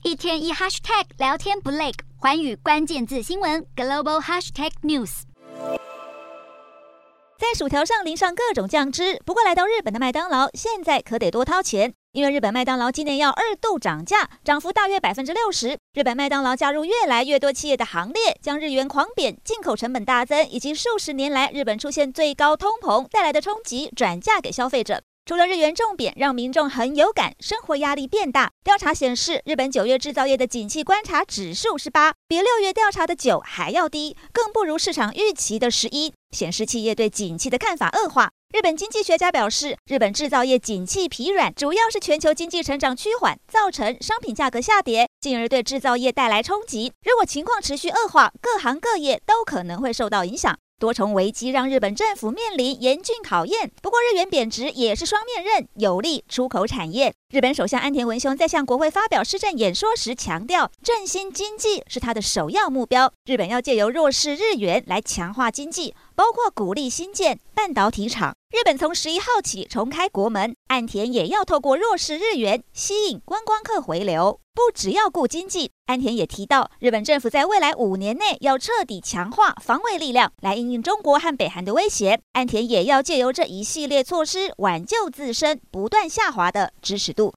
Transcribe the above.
一天一 hashtag 聊天不累，寰宇关键字新闻 global hashtag news。 在薯条上淋上各种酱汁，不过来到日本的麦当劳，现在可得多掏钱。因为日本麦当劳今年要2度涨价，涨幅大约60%。日本麦当劳加入越来越多企业的行列，将日元狂贬、进口成本大增，以及数十年来日本出现最高通膨带来的冲击转嫁给消费者。除了日元重贬让民众很有感，生活压力变大。调查显示，日本9月制造业的景气观察指数是8，比6月调查的9还要低，更不如市场预期的11，显示企业对景气的看法恶化。日本经济学家表示，日本制造业景气疲软，主要是全球经济成长趋缓，造成商品价格下跌，进而对制造业带来冲击。如果情况持续恶化，各行各业都可能会受到影响。多重危机让日本政府面临严峻考验，不过日元贬值也是双面刃，有利出口产业。日本首相安田文雄在向国会发表施政演说时强调，振兴经济是他的首要目标。日本要借由弱势日元来强化经济，包括鼓励新建半导体厂。日本从11号起重开国门，岸田也要透过弱势日元吸引观光客回流。不只要顾经济，岸田也提到，日本政府在未来5年内要彻底强化防卫力量，来因应中国和北韩的威胁。岸田也要借由这一系列措施挽救自身不断下滑的支持度。